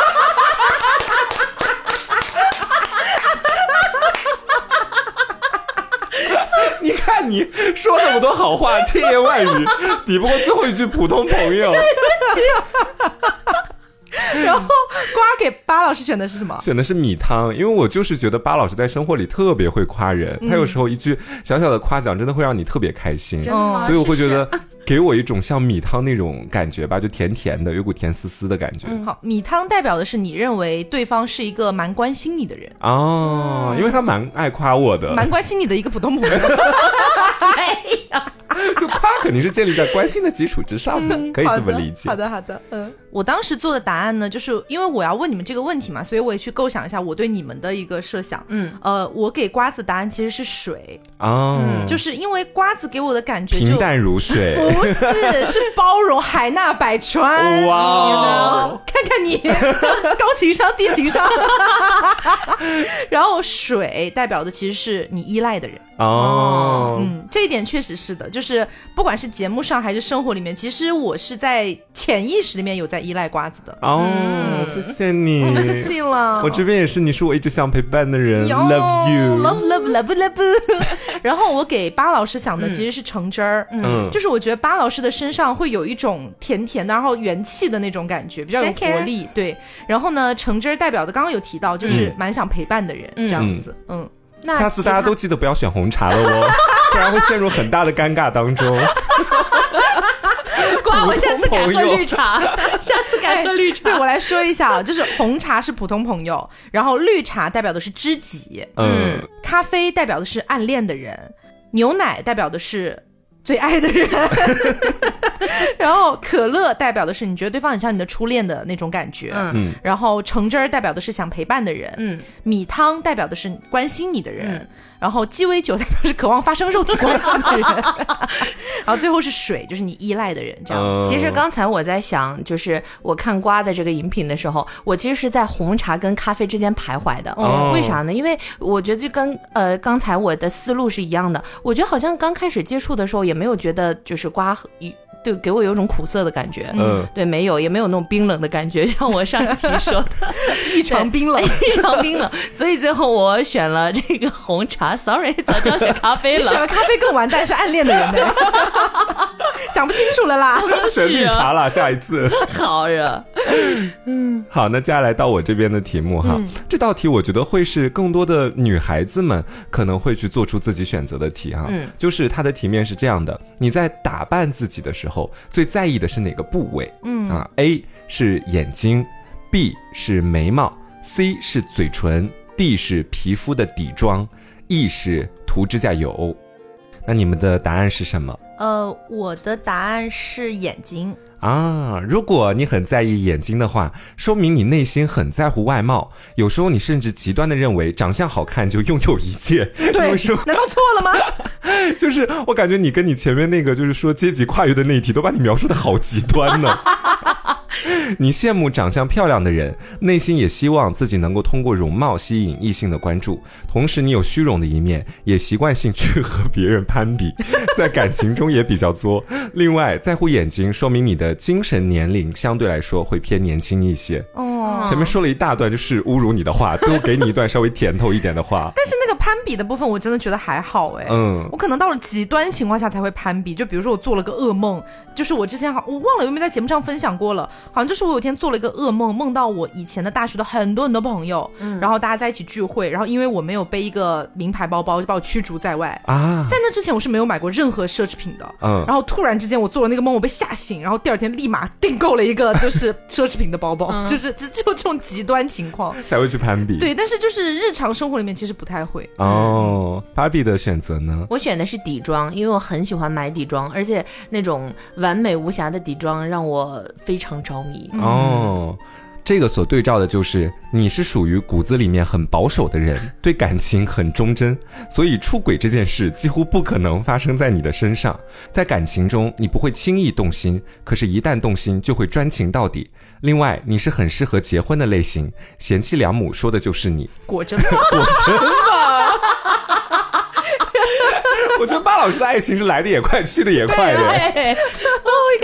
你看你说那么多好话，千言万语，抵不过最后一句普通朋友。 然后瓜给巴老师选的是什么？ 选的是米汤，因为我就是觉得巴老师在生活里特别会夸人，嗯、他有时候一句小小的夸奖真的会让你特别开心， 真的吗？ 所以我会觉得给我一种像米汤那种感觉吧，就甜甜的，有股甜丝丝的感觉。 嗯，好，米汤代表的是你认为对方是一个蛮关心你的人哦，因为他蛮爱夸我的， 蛮关心你的一个普通朋友。哎呀。 就夸肯定是建立在关心的基础之上的、嗯、可以这么理解。 好的好的嗯，我当时做的答案呢，就是因为我要问你们这个问题嘛，所以我也去构想一下我对你们的一个设想。嗯，呃，我给瓜子答案其实是水哦、 嗯，就是因为瓜子给我的感觉就平淡如水， 不是，是包容，海纳百川。 哇、哦， 看看你高情商低情商。然后水代表的其实是你依赖的人哦， 嗯，这一点确实是的，就是不管是节目上还是生活里面，其实我是在潜意识里面有在依赖瓜子的。 哦，嗯、谢谢你， 不客气了。 我这边也是，你是我一直想陪伴的人 ，love you，love love love love。然后我给巴老师想的其实是橙汁儿，嗯，就是我觉得巴老师的身上会有一种甜甜的，然后元气的那种感觉，比较有活力。对，然后呢，橙汁儿代表的刚刚有提到，就是蛮想陪伴的人，嗯、这样子，嗯。嗯那下次大家都记得不要选红茶了哦，不然会陷入很大的尴尬当中。 瓜，我下次改喝绿茶，下次改喝绿茶。 对，我来说一下啊，就是红茶是普通朋友，然后绿茶代表的是知己，嗯，咖啡代表的是暗恋的人，牛奶代表的是最爱的人。然后可乐代表的是你觉得对方很像你的初恋的那种感觉，嗯，然后橙汁儿代表的是想陪伴的人，嗯，米汤代表的是关心你的人，嗯，然后鸡尾酒代表是渴望发生肉体关系的人，然后最后是水，就是你依赖的人，这样、嗯。 其实刚才我在想，就是我看瓜的这个饮品的时候，我其实是在红茶跟咖啡之间徘徊的，哦、为啥呢？因为我觉得就跟呃刚才我的思路是一样的，我觉得好像刚开始接触的时候也没有觉得就是瓜对，给我有种苦涩的感觉，嗯，对，没有，也没有那种冰冷的感觉，像我上一题说的， 异常冰冷， 异常冰冷，所以最后我选了这个红茶 ，sorry， 早知道选咖啡了， 选了咖啡更完蛋，是暗恋的人呢，讲不清楚了啦， 选绿茶啦，下一次， 好了， 嗯，好，那接下来到我这边的题目哈、嗯，这道题我觉得会是更多的女孩子们可能会去做出自己选择的题哈，嗯，就是它的题面是这样的，你在打扮自己的时候。最在意的是哪个部位？嗯啊 ，A 是眼睛 ，B 是眉毛 ，C 是嘴唇 ，D 是皮肤的底妆 ，E 是涂指甲油。那你们的答案是什么？ 呃，我的答案是眼睛。 啊，如果你很在意眼睛的话，说明你内心很在乎外貌。有时候你甚至极端的认为长相好看就拥有一切。 对，难道错了吗？ 就是我感觉你跟你前面那个就是说阶级跨越的那一题都把你描述的好极端呢。你羡慕长相漂亮的人，内心也希望自己能够通过容貌吸引异性的关注，同时你有虚荣的一面，也习惯性去和别人攀比，在感情中也比较作。另外，在乎眼睛说明你的精神年龄相对来说会偏年轻一些。哦，前面说了一大段就是侮辱你的话，最后给你一段稍微甜头一点的话。 但是那个攀比的部分我真的觉得还好哎，嗯，我可能到了极端情况下才会攀比，就比如说我做了个噩梦，就是我之前好我忘了有没有在节目上分享过了，好像就是我有天做了一个噩梦，梦到我以前的大学的很多很多朋友，嗯，然后大家在一起聚会，然后因为我没有背一个名牌包包，就把我驱逐在外啊。在那之前我是没有买过任何奢侈品的，嗯，然后突然之间我做了那个梦，我被吓醒，然后第二天立马订购了一个就是奢侈品的包包，嗯、就是只有这种极端情况才会去攀比。 对，但是就是日常生活里面其实不太会。 哦，芭比的选择呢？ 我选的是底妆，因为我很喜欢买底妆，而且那种完美无瑕的底妆让我非常着迷。 哦，这个所对照的就是你是属于骨子里面很保守的人，对感情很忠贞，所以出轨这件事几乎不可能发生在你的身上。在感情中你不会轻易动心，可是一旦动心就会专情到底。另外你是很适合结婚的类型，贤妻良母说的就是你。 果真吗？ 果真吗？我觉得巴老师的爱情是来的也快去的也快的。 哦，感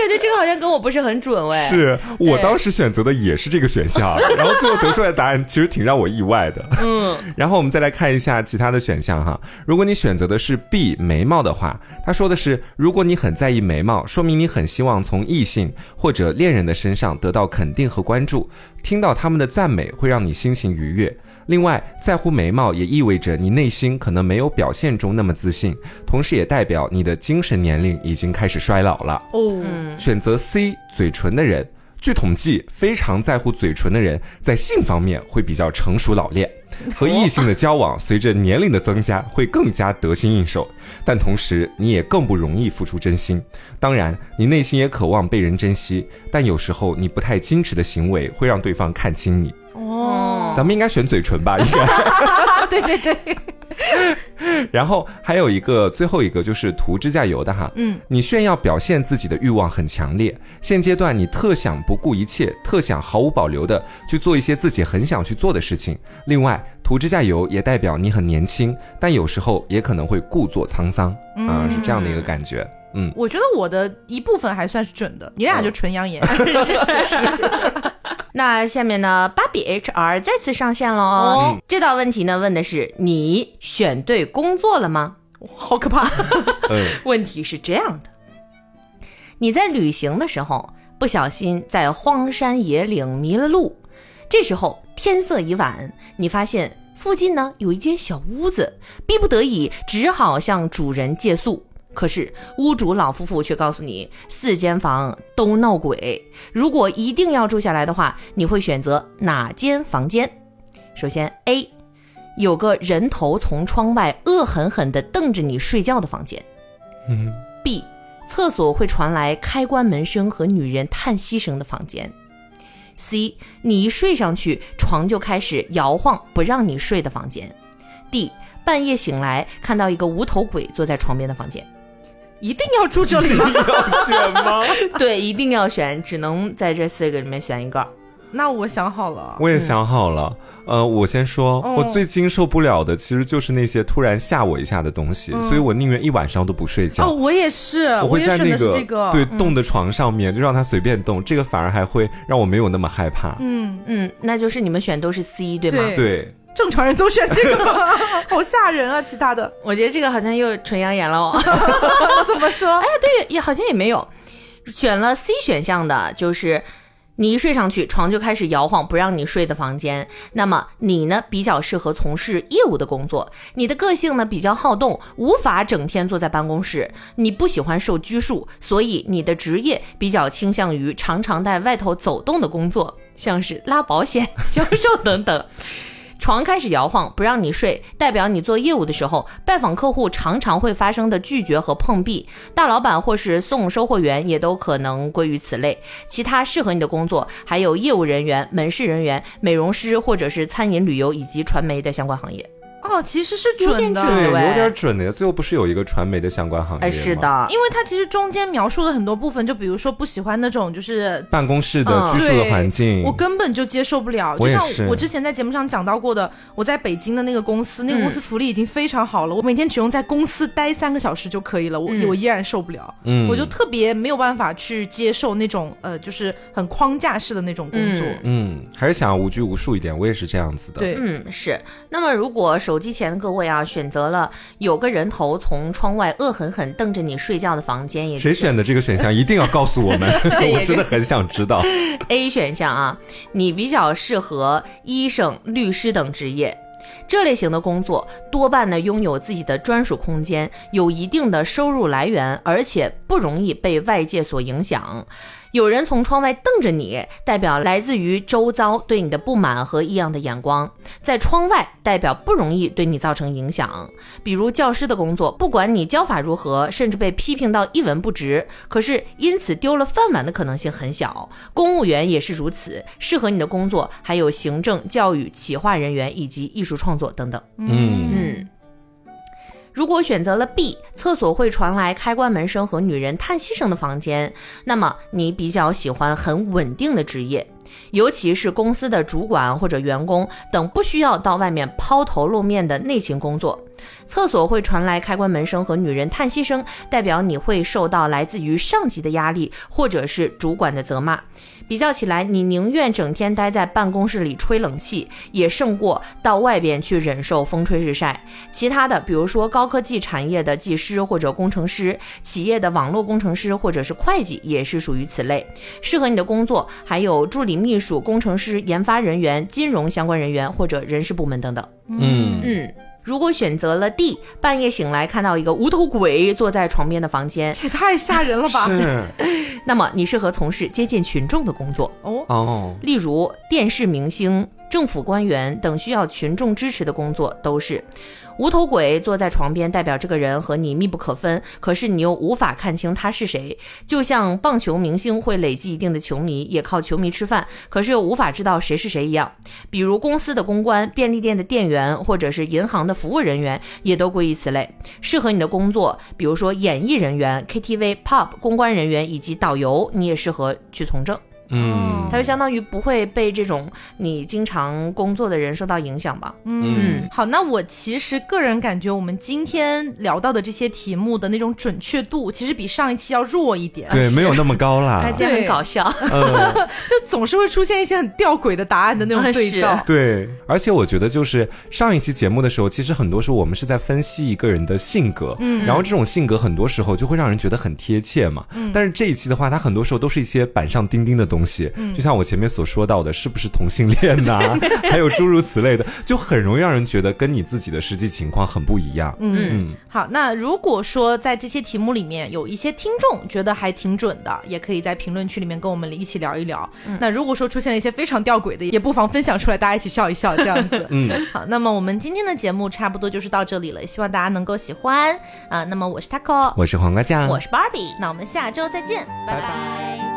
感觉这个好像跟我不是很准哎。 是我当时选择的也是这个选项，然后最后得出来的答案其实挺让我意外的。嗯，然后我们再来看一下其他的选项哈。如果你选择的是 B 眉毛的话，他说的是如果你很在意眉毛，说明你很希望从异性或者恋人的身上得到肯定和关注，听到他们的赞美会让你心情愉悦。另外，在乎眉毛也意味着你内心可能没有表现中那么自信，同时也代表你的精神年龄已经开始衰老了。哦，选择 C 嘴唇的人，据统计，非常在乎嘴唇的人在性方面会比较成熟老练，和异性的交往随着年龄的增加会更加得心应手，但同时你也更不容易付出真心。当然，你内心也渴望被人珍惜，但有时候你不太矜持的行为会让对方看清你。哦，咱们应该选嘴唇吧，应该。 对对对。 然后还有一个最后一个就是涂指甲油的哈，嗯，你炫耀表现自己的欲望很强烈，现阶段你特想不顾一切，特想毫无保留的去做一些自己很想去做的事情。另外，涂指甲油也代表你很年轻，但有时候也可能会故作沧桑啊、嗯呃，是这样的一个感觉。嗯， 我觉得我的一部分还算是准的，你俩就纯养眼。嗯、是是。 那下面呢，芭比 H R 再次上线了哦。嗯、这道问题呢，问的是你选对工作了吗？ 好可怕。 问题是这样的，你在旅行的时候不小心在荒山野岭迷了路，这时候天色已晚，你发现附近呢有一间小屋子，逼不得已只好向主人借宿。可是屋主老夫妇却告诉你，四间房都闹鬼，如果一定要住下来的话，你会选择哪间房间？首先 A 有个人头从窗外恶狠狠地瞪着你睡觉的房间。嗯、B 厕所会传来开关门声和女人叹息声的房间。C 你一睡上去床就开始摇晃不让你睡的房间。 D 半夜醒来看到一个无头鬼坐在床边的房间。 一定要住这里吗？ 一定要选吗？ 对，一定要选，只能在这四个里面选一个。 那我想好了， 我也想好了。嗯、呃，我先说，嗯、我最经受不了的其实就是那些突然吓我一下的东西，嗯、所以我宁愿一晚上都不睡觉。 哦，我也是， 我会在那个、 这个、 对动的床上面、嗯、就让它随便动，这个反而还会让我没有那么害怕。 嗯嗯，那就是你们选都是 C 对吗？ 对。 对， 正常人都选这个，好吓人啊！其他的， 我觉得这个好像又纯养眼了哦。 怎么说？ 哎呀，对，也好像也没有。选了 C 选项的，就是你一睡上去，床就开始摇晃，不让你睡的房间。那么你呢，比较适合从事业务的工作。你的个性呢比较好动，无法整天坐在办公室。你不喜欢受拘束，所以你的职业比较倾向于常常在外头走动的工作，像是拉保险、销售等等。床开始摇晃不让你睡，代表你做业务的时候拜访客户常常会发生的拒绝和碰壁，大老板或是送收货员也都可能归于此类。其他适合你的工作还有业务人员、门市人员、美容师或者是餐饮旅游以及传媒的相关行业。 哦，其实是准的， 对，有点准的。最后不是有一个传媒的相关行业吗？ 是的， 因为它其实中间描述了很多部分，就比如说不喜欢那种就是办公室的居住的环境， 我根本就接受不了。就像我之前在节目上讲到过的，我在北京的那个公司，那个公司福利已经非常好了，嗯、我每天只用在公司待三个小时就可以了，我、嗯、我依然受不了，嗯，我就特别没有办法去接受那种呃，就是很框架式的那种工作， 嗯，嗯还是想要无拘无束一点，我也是这样子的， 对， 嗯，是。那么如果手机前的各位啊，选择了有个人头从窗外恶狠狠瞪着你睡觉的房间，也谁选的这个选项一定要告诉我们，我真的很想知道。 A 选项啊，你比较适合医生、律师等职业。这类型的工作多半呢拥有自己的专属空间，有一定的收入来源，而且不容易被外界所影响。有人从窗外瞪着你，代表来自于周遭对你的不满和异样的眼光。在窗外代表不容易对你造成影响。比如教师的工作，不管你教法如何，甚至被批评到一文不值，可是因此丢了饭碗的可能性很小。公务员也是如此，适合你的工作还有行政、教育、企划人员以及艺术创作等等。嗯嗯。如果选择了 B 厕所会传来开关门声和女人叹息声的房间，那么你比较喜欢很稳定的职业，尤其是公司的主管或者员工等不需要到外面抛头露面的内勤工作。 厕所会传来开关门声和女人叹息声，代表你会受到来自于上级的压力或者是主管的责骂。比较起来，你宁愿整天待在办公室里吹冷气，也胜过到外边去忍受风吹日晒。其他的，比如说高科技产业的技师或者工程师，企业的网络工程师或者是会计，也是属于此类。适合你的工作还有助理秘书、工程师、研发人员、金融相关人员或者人事部门等等。 嗯嗯。如果选择了 D， 半夜醒来看到一个无头鬼坐在床边的房间， 这太吓人了吧？ 是。 那么你适合从事接近群众的工作哦哦， 例如电视明星、政府官员等需要群众支持的工作都是。无头鬼坐在床边，代表这个人和你密不可分，可是你又无法看清他是谁。就像棒球明星会累积一定的球迷，也靠球迷吃饭，可是又无法知道谁是谁一样。比如公司的公关、便利店的店员，或者是银行的服务人员，也都归于此类。适合你的工作，比如说演艺人员、K T V、pub、公关人员以及导游，你也适合去从政。 嗯， 它就相当于不会被这种你经常工作的人受到影响吧。 嗯，好，那我其实个人感觉我们今天聊到的这些题目的那种准确度其实比上一期要弱一点。 对，没有那么高啦。 而且很搞笑。 就总是会出现一些很吊诡的答案的那种对照。 对，而且我觉得就是上一期节目的时候，其实很多时候我们是在分析一个人的性格，嗯，然后这种性格很多时候就会让人觉得很贴切嘛。嗯，但是这一期的话，它很多时候都是一些板上钉钉的东西。东西，就像我前面所说到的，是不是同性恋呐、啊，还有诸如此类的，就很容易让人觉得跟你自己的实际情况很不一样。 嗯，嗯好，那如果说在这些题目里面有一些听众觉得还挺准的，也可以在评论区里面跟我们一起聊一聊。嗯、那如果说出现了一些非常吊诡的，也不妨分享出来，大家一起笑一笑，这样子。嗯，好，那么我们今天的节目差不多就是到这里了，也希望大家能够喜欢啊。那么我是 Taco， 我是黄瓜酱， 我是 Barbie， 那我们下周再见，拜拜。拜拜。